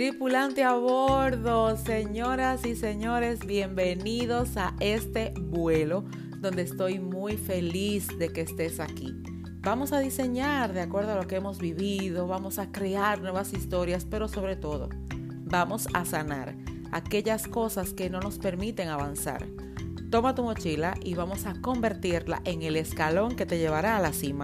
Tripulante a bordo, señoras y señores, bienvenidos a este vuelo donde estoy muy feliz de que estés aquí. Vamos a diseñar de acuerdo a lo que hemos vivido, vamos a crear nuevas historias, pero sobre todo, vamos a sanar aquellas cosas que no nos permiten avanzar. Toma tu mochila y vamos a convertirla en el escalón que te llevará a la cima.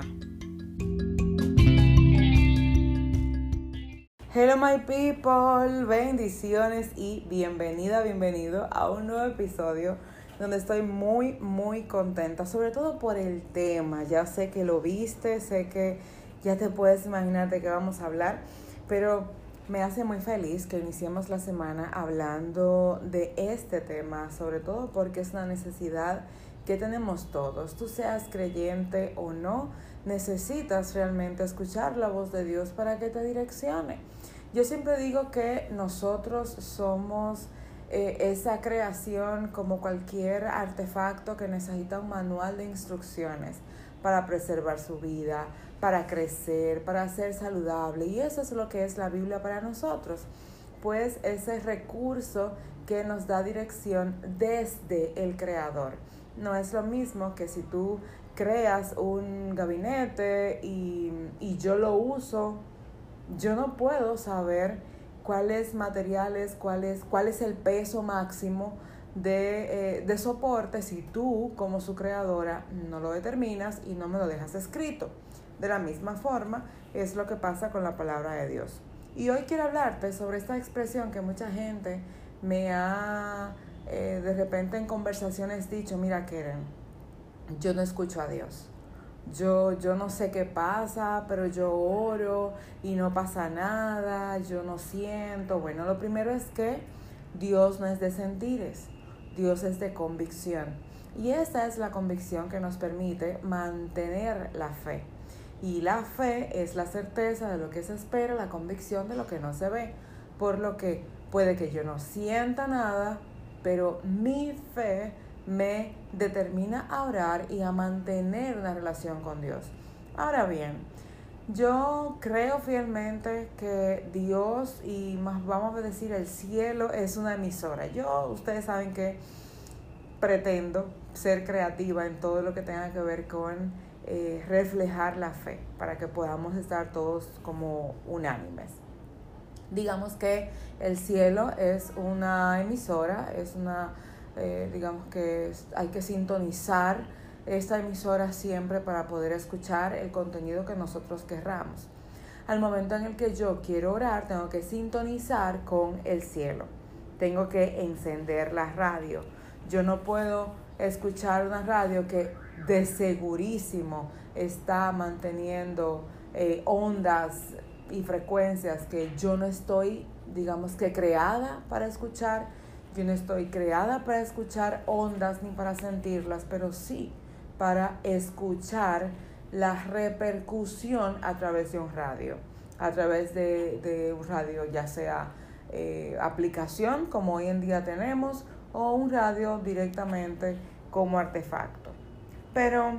Hello my people, bendiciones y bienvenido a un nuevo episodio donde estoy muy contenta, sobre todo por el tema. Ya sé que lo viste, sé que ya te puedes imaginar de qué vamos a hablar, pero me hace muy feliz que iniciemos la semana hablando de este tema, sobre todo porque es una necesidad que tenemos todos. Tú seas creyente o no, necesitas realmente escuchar la voz de Dios para que te direccione. Yo siempre digo que nosotros somos esa creación como cualquier artefacto que necesita un manual de instrucciones para preservar su vida, para crecer, para ser saludable. Y eso es lo que es la Biblia para nosotros. Pues ese recurso que nos da dirección desde el Creador. No es lo mismo que si tú creas un gabinete y yo lo uso, yo no puedo saber cuáles materiales, cuál es el peso máximo de soporte si tú, como su creadora, no lo determinas y no me lo dejas escrito. De la misma forma es lo que pasa con la palabra de Dios. Y hoy quiero hablarte sobre esta expresión que mucha gente me ha de repente en conversaciones dicho: mira, Keren, yo no escucho a Dios. Yo no sé qué pasa, pero yo oro y no pasa nada, yo no siento. Bueno, lo primero es que Dios no es de sentires, Dios es de convicción. Y esta es la convicción que nos permite mantener la fe. Y la fe es la certeza de lo que se espera, la convicción de lo que no se ve. Por lo que puede que yo no sienta nada, pero mi fe me determina a orar y a mantener una relación con Dios. Ahora bien, yo creo fielmente que Dios, y más vamos a decir el cielo, es una emisora. Ustedes saben que pretendo ser creativa en todo lo que tenga que ver con reflejar la fe, para que podamos estar todos como unánimes. Digamos que el cielo es una emisora, es una digamos que hay que sintonizar esta emisora siempre para poder escuchar el contenido que nosotros querramos. Al momento en el que yo quiero orar, tengo que sintonizar con el cielo. Tengo que encender la radio. Yo no puedo escuchar una radio que de segurísimo está manteniendo ondas y frecuencias que yo no estoy, digamos que creada para escuchar. Yo no estoy creada para escuchar ondas ni para sentirlas, pero sí para escuchar la repercusión a través de un radio, a través de un radio, ya sea aplicación como hoy en día tenemos, o un radio directamente como artefacto. Pero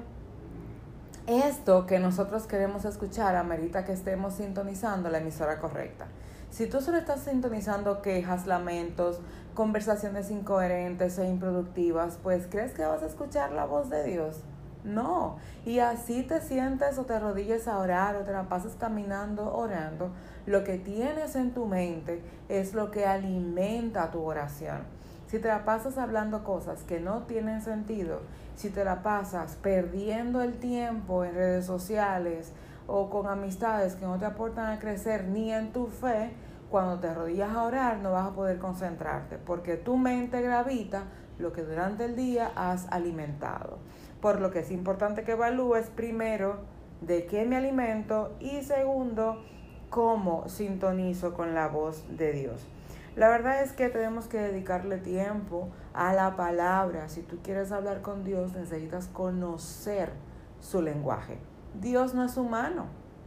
esto que nosotros queremos escuchar amerita que estemos sintonizando la emisora correcta. Si tú solo estás sintonizando quejas, lamentos, conversaciones incoherentes e improductivas, pues ¿crees que vas a escuchar la voz de Dios? No. Y así te sientes o te arrodilles a orar o te la pasas caminando orando, lo que tienes en tu mente es lo que alimenta tu oración. Si te la pasas hablando cosas que no tienen sentido, si te la pasas perdiendo el tiempo en redes sociales o con amistades que no te aportan a crecer ni en tu fe, cuando te arrodillas a orar no vas a poder concentrarte, porque tu mente gravita lo que durante el día has alimentado. Por lo que es importante que evalúes primero de qué me alimento y segundo, cómo sintonizo con la voz de Dios. La verdad es que tenemos que dedicarle tiempo a la palabra. Si tú quieres hablar con Dios, necesitas conocer su lenguaje. Dios no es humano.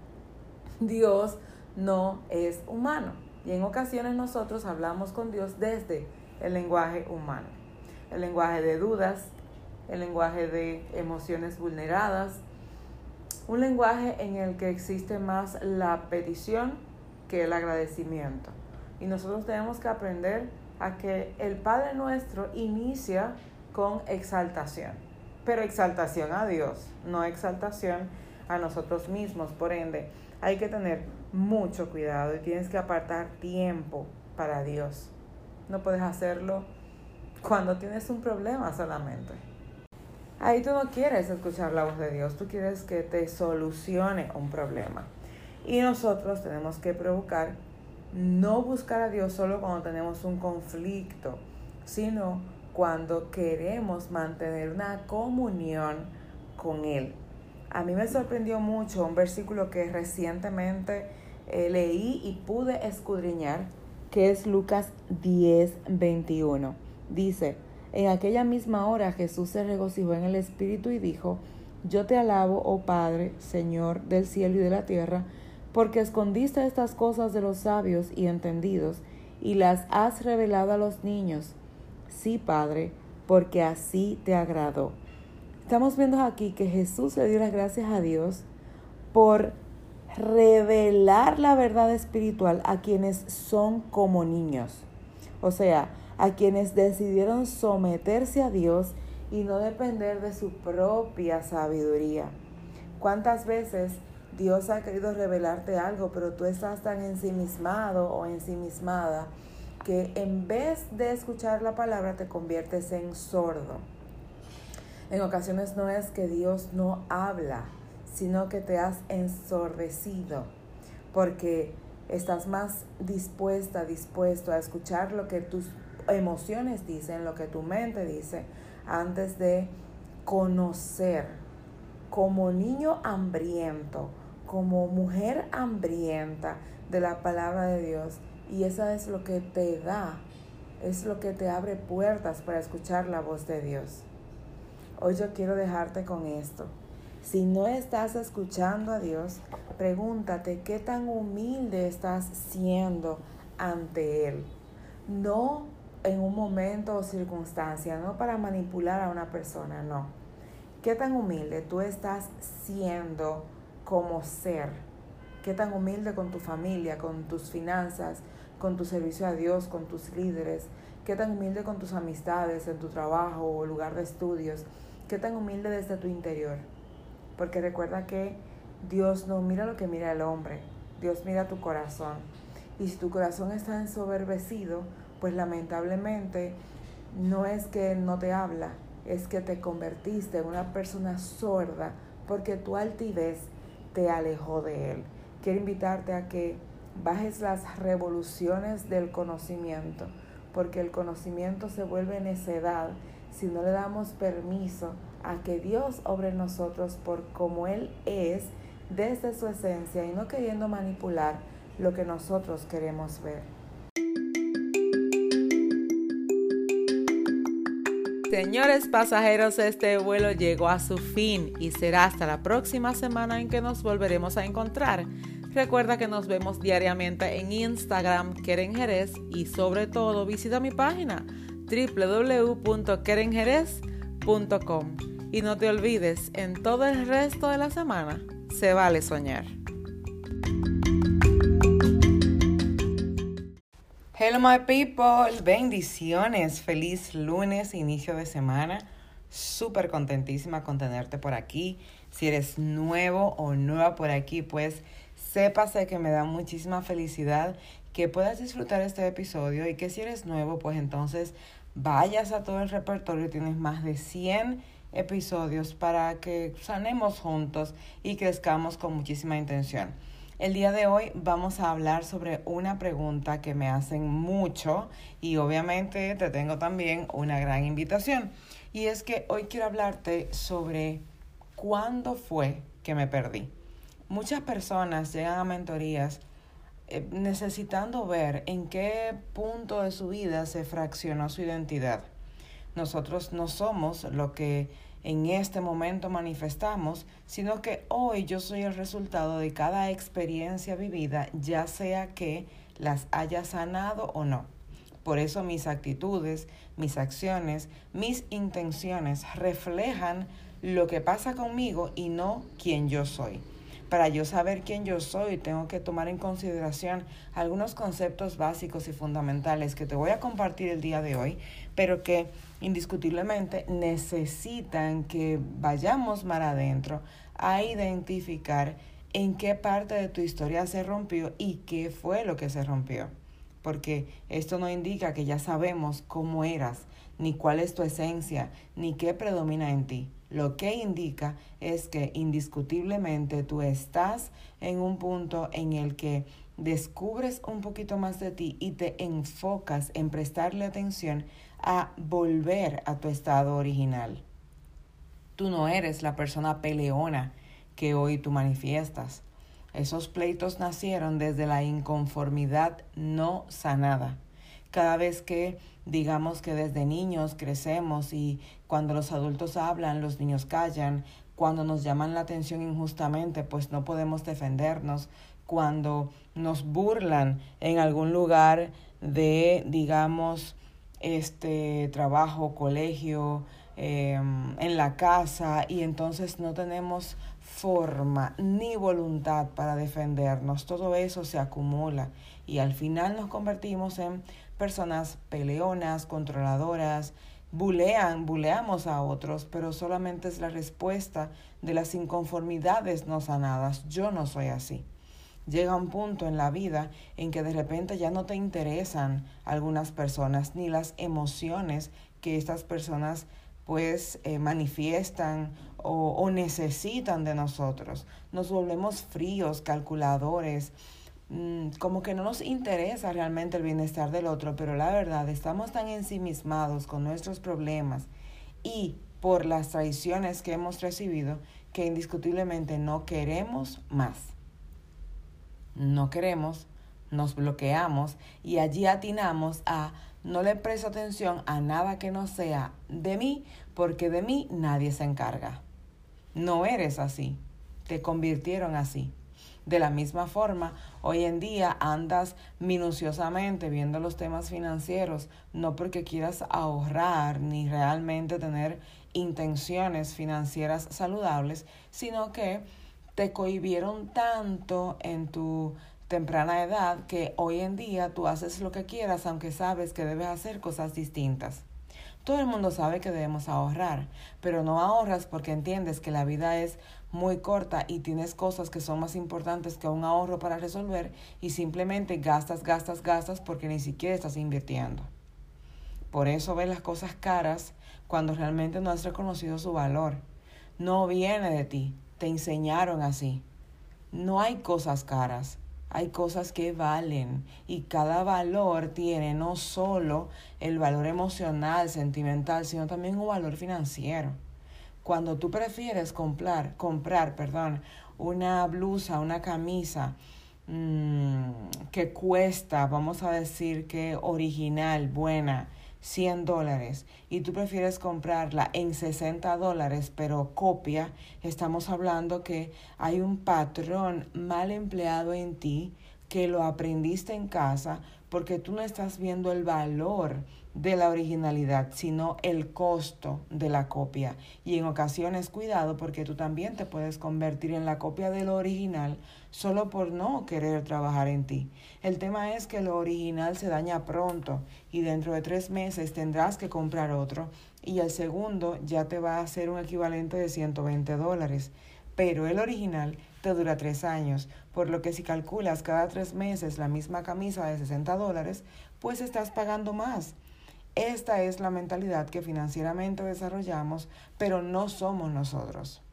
Dios no es humano. Y en ocasiones nosotros hablamos con Dios desde el lenguaje humano. El lenguaje de dudas, el lenguaje de emociones vulneradas. Un lenguaje en el que existe más la petición que el agradecimiento. Y nosotros tenemos que aprender a que el Padre Nuestro inicia con exaltación. Pero exaltación a Dios, no exaltación a nosotros mismos. Por ende, hay que tener mucho cuidado y tienes que apartar tiempo para Dios. No puedes hacerlo cuando tienes un problema solamente. Ahí tú no quieres escuchar la voz de Dios, tú quieres que te solucione un problema. Y nosotros tenemos que provocar no buscar a Dios solo cuando tenemos un conflicto, sino cuando queremos mantener una comunión con Él. A mí me sorprendió mucho un versículo que recientemente leí y pude escudriñar, que es Lucas 10:21. Dice: en aquella misma hora Jesús se regocijó en el Espíritu y dijo: yo te alabo, oh Padre, Señor del cielo y de la tierra, porque escondiste estas cosas de los sabios y entendidos y las has revelado a los niños. Sí, Padre, porque así te agradó. Estamos viendo aquí que Jesús le dio las gracias a Dios por revelar la verdad espiritual a quienes son como niños. O sea, a quienes decidieron someterse a Dios y no depender de su propia sabiduría. ¿Cuántas veces Dios ha querido revelarte algo, pero tú estás tan ensimismado o ensimismada que en vez de escuchar la palabra te conviertes en sordo? En ocasiones no es que Dios no habla, sino que te has ensordecido porque estás más dispuesto a escuchar lo que tus emociones dicen, lo que tu mente dice, antes de conocer. Como niño hambriento, como mujer hambrienta de la palabra de Dios, y eso es lo que te da, es lo que te abre puertas para escuchar la voz de Dios. Hoy yo quiero dejarte con esto. Si no estás escuchando a Dios, pregúntate qué tan humilde estás siendo ante Él. No en un momento o circunstancia, no para manipular a una persona, no. ¿Qué tan humilde tú estás siendo como ser? ¿Qué tan humilde con tu familia, con tus finanzas, con tu servicio a Dios, con tus líderes? ¿Qué tan humilde con tus amistades, en tu trabajo o lugar de estudios? ¿Qué tan humilde desde tu interior? Porque recuerda que Dios no mira lo que mira el hombre. Dios mira tu corazón. Y si tu corazón está ensoberbecido, pues lamentablemente no es que no te habla, es que te convertiste en una persona sorda porque tu altivez te alejó de Él. Quiero invitarte a que bajes las revoluciones del conocimiento, porque el conocimiento se vuelve necedad si no le damos permiso a que Dios obre en nosotros por como Él es, desde su esencia, y no queriendo manipular lo que nosotros queremos ver. Señores pasajeros, este vuelo llegó a su fin y será hasta la próxima semana en que nos volveremos a encontrar. Recuerda que nos vemos diariamente en Instagram, Keren Jerez, y sobre todo visita mi página www.kerenjerez.com. Y no te olvides, en todo el resto de la semana, se vale soñar. Hello my people, bendiciones, feliz lunes, inicio de semana, súper contentísima con tenerte por aquí. Si eres nuevo o nueva por aquí, pues sépase que me da muchísima felicidad que puedas disfrutar este episodio, y que si eres nuevo, pues entonces vayas a todo el repertorio. Tienes más de 100 episodios para que sanemos juntos y crezcamos con muchísima intención. El día de hoy vamos a hablar sobre una pregunta que me hacen mucho, y obviamente te tengo también una gran invitación. Y es que hoy quiero hablarte sobre cuándo fue que me perdí. Muchas personas llegan a mentorías necesitando ver en qué punto de su vida se fraccionó su identidad. Nosotros no somos lo que en este momento manifestamos, sino que hoy yo soy el resultado de cada experiencia vivida, ya sea que las haya sanado o no. Por eso mis actitudes, mis acciones, mis intenciones reflejan lo que pasa conmigo y no quién yo soy. Para yo saber quién yo soy, tengo que tomar en consideración algunos conceptos básicos y fundamentales que te voy a compartir el día de hoy, pero que indiscutiblemente necesitan que vayamos más adentro a identificar en qué parte de tu historia se rompió y qué fue lo que se rompió. Porque esto no indica que ya sabemos cómo eras, ni cuál es tu esencia, ni qué predomina en ti. Lo que indica es que indiscutiblemente tú estás en un punto en el que descubres un poquito más de ti y te enfocas en prestarle atención a volver a tu estado original. Tú no eres la persona peleona que hoy tú manifiestas. Esos pleitos nacieron desde la inconformidad no sanada. Cada vez que digamos que desde niños crecemos y cuando los adultos hablan, los niños callan, cuando nos llaman la atención injustamente, pues no podemos defendernos, cuando nos burlan en algún lugar de, digamos, trabajo, colegio, en la casa, y entonces no tenemos forma ni voluntad para defendernos. Todo eso se acumula y al final nos convertimos en personas peleonas, controladoras, buleamos a otros, pero solamente es la respuesta de las inconformidades no sanadas. Yo no soy así. Llega un punto en la vida en que de repente ya no te interesan algunas personas ni las emociones que estas personas pues manifiestan o necesitan de nosotros. Nos volvemos fríos, calculadores, como que no nos interesa realmente el bienestar del otro, pero la verdad estamos tan ensimismados con nuestros problemas y por las traiciones que hemos recibido que indiscutiblemente no queremos más. No queremos, nos bloqueamos y allí atinamos a no le presto atención a nada que no sea de mí, porque de mí nadie se encarga. No eres así, te convirtieron así. De la misma forma, hoy en día andas minuciosamente viendo los temas financieros, no porque quieras ahorrar ni realmente tener intenciones financieras saludables, sino que te cohibieron tanto en tu temprana edad que hoy en día tú haces lo que quieras aunque sabes que debes hacer cosas distintas. Todo el mundo sabe que debemos ahorrar, pero no ahorras porque entiendes que la vida es muy corta y tienes cosas que son más importantes que un ahorro para resolver y simplemente gastas porque ni siquiera estás invirtiendo. Por eso ves las cosas caras cuando realmente no has reconocido su valor. No viene de ti, te enseñaron así. No hay cosas caras. Hay cosas que valen y cada valor tiene no solo el valor emocional, sentimental, sino también un valor financiero. Cuando tú prefieres comprar, una blusa, una camisa que cuesta, vamos a decir que original, buena, $100 y tú prefieres comprarla en $60 pero copia, estamos hablando que hay un patrón mal empleado en ti que lo aprendiste en casa porque tú no estás viendo el valor de la originalidad, sino el costo de la copia. Y en ocasiones, cuidado, porque tú también te puedes convertir en la copia de lo original solo por no querer trabajar en ti. El tema es que lo original se daña pronto y dentro de 3 meses tendrás que comprar otro y el segundo ya te va a hacer un equivalente de $120. Pero el original te dura 3 años, por lo que si calculas cada 3 meses la misma camisa de $60, pues estás pagando más. Esta es la mentalidad que financieramente desarrollamos, pero no somos nosotros.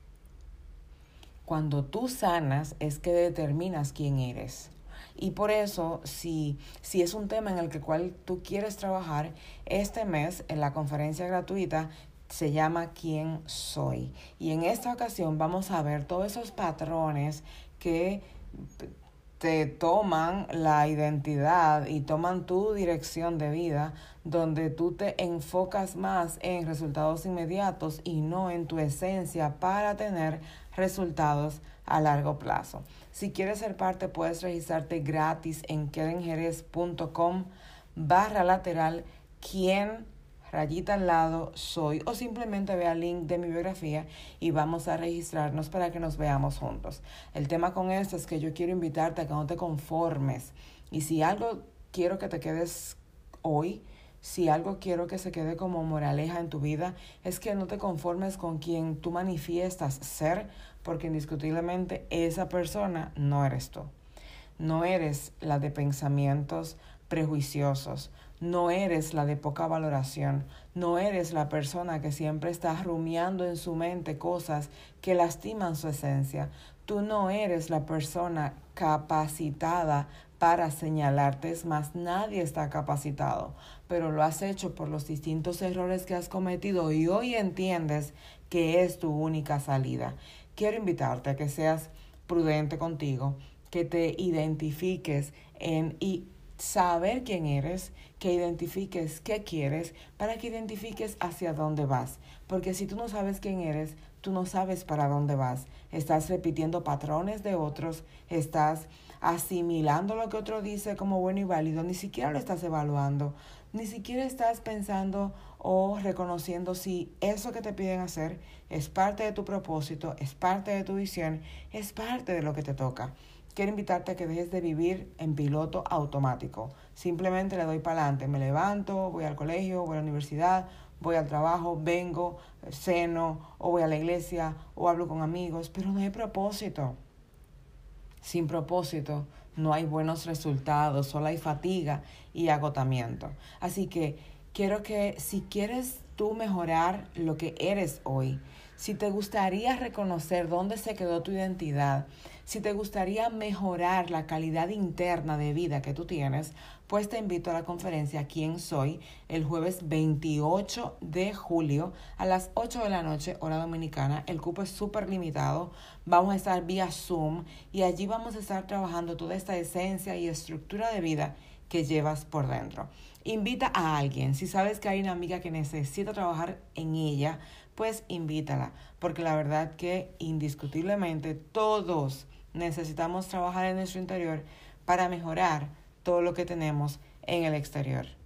Cuando tú sanas es que determinas quién eres. Y por eso, si es un tema en el cual tú quieres trabajar, este mes en la conferencia gratuita se llama ¿Quién soy? Y en esta ocasión vamos a ver todos esos patrones que te toman la identidad y toman tu dirección de vida, donde tú te enfocas más en resultados inmediatos y no en tu esencia para tener resultados a largo plazo. Si quieres ser parte, puedes registrarte gratis en kerenjerez.com/lateral ¿Quién rayita al lado, soy, o simplemente vea el link de mi biografía y vamos a registrarnos para que nos veamos juntos. El tema con esto es que yo quiero invitarte a que no te conformes. Y si algo quiero que te quedes hoy, si algo quiero que se quede como moraleja en tu vida, es que no te conformes con quien tú manifiestas ser, porque indiscutiblemente esa persona no eres tú. No eres la de pensamientos prejuiciosos, no eres la de poca valoración, no eres la persona que siempre está rumiando en su mente cosas que lastiman su esencia. Tú no eres la persona capacitada para señalarte, es más, nadie está capacitado, pero lo has hecho por los distintos errores que has cometido y hoy entiendes que es tu única salida. Quiero invitarte a que seas prudente contigo, que te identifiques y saber quién eres, que identifiques qué quieres, para que identifiques hacia dónde vas. Porque si tú no sabes quién eres, tú no sabes para dónde vas. Estás repitiendo patrones de otros, estás asimilando lo que otro dice como bueno y válido, ni siquiera lo estás evaluando, ni siquiera estás pensando o reconociendo si eso que te piden hacer es parte de tu propósito, es parte de tu visión, es parte de lo que te toca. Quiero invitarte a que dejes de vivir en piloto automático. Simplemente le doy para adelante. Me levanto, voy al colegio, voy a la universidad, voy al trabajo, vengo, ceno, o voy a la iglesia, o hablo con amigos, pero no hay propósito. Sin propósito no hay buenos resultados, solo hay fatiga y agotamiento. Así que quiero que si quieres tú mejorar lo que eres hoy, si te gustaría reconocer dónde se quedó tu identidad, si te gustaría mejorar la calidad interna de vida que tú tienes, pues te invito a la conferencia ¿Quién soy? El jueves 28 de julio a las 8 de la noche, hora dominicana. El cupo es súper limitado. Vamos a estar vía Zoom y allí vamos a estar trabajando toda esta esencia y estructura de vida que llevas por dentro. Invita a alguien. Si sabes que hay una amiga que necesita trabajar en ella, pues invítala. Porque la verdad que indiscutiblemente todos necesitamos trabajar en nuestro interior para mejorar todo lo que tenemos en el exterior.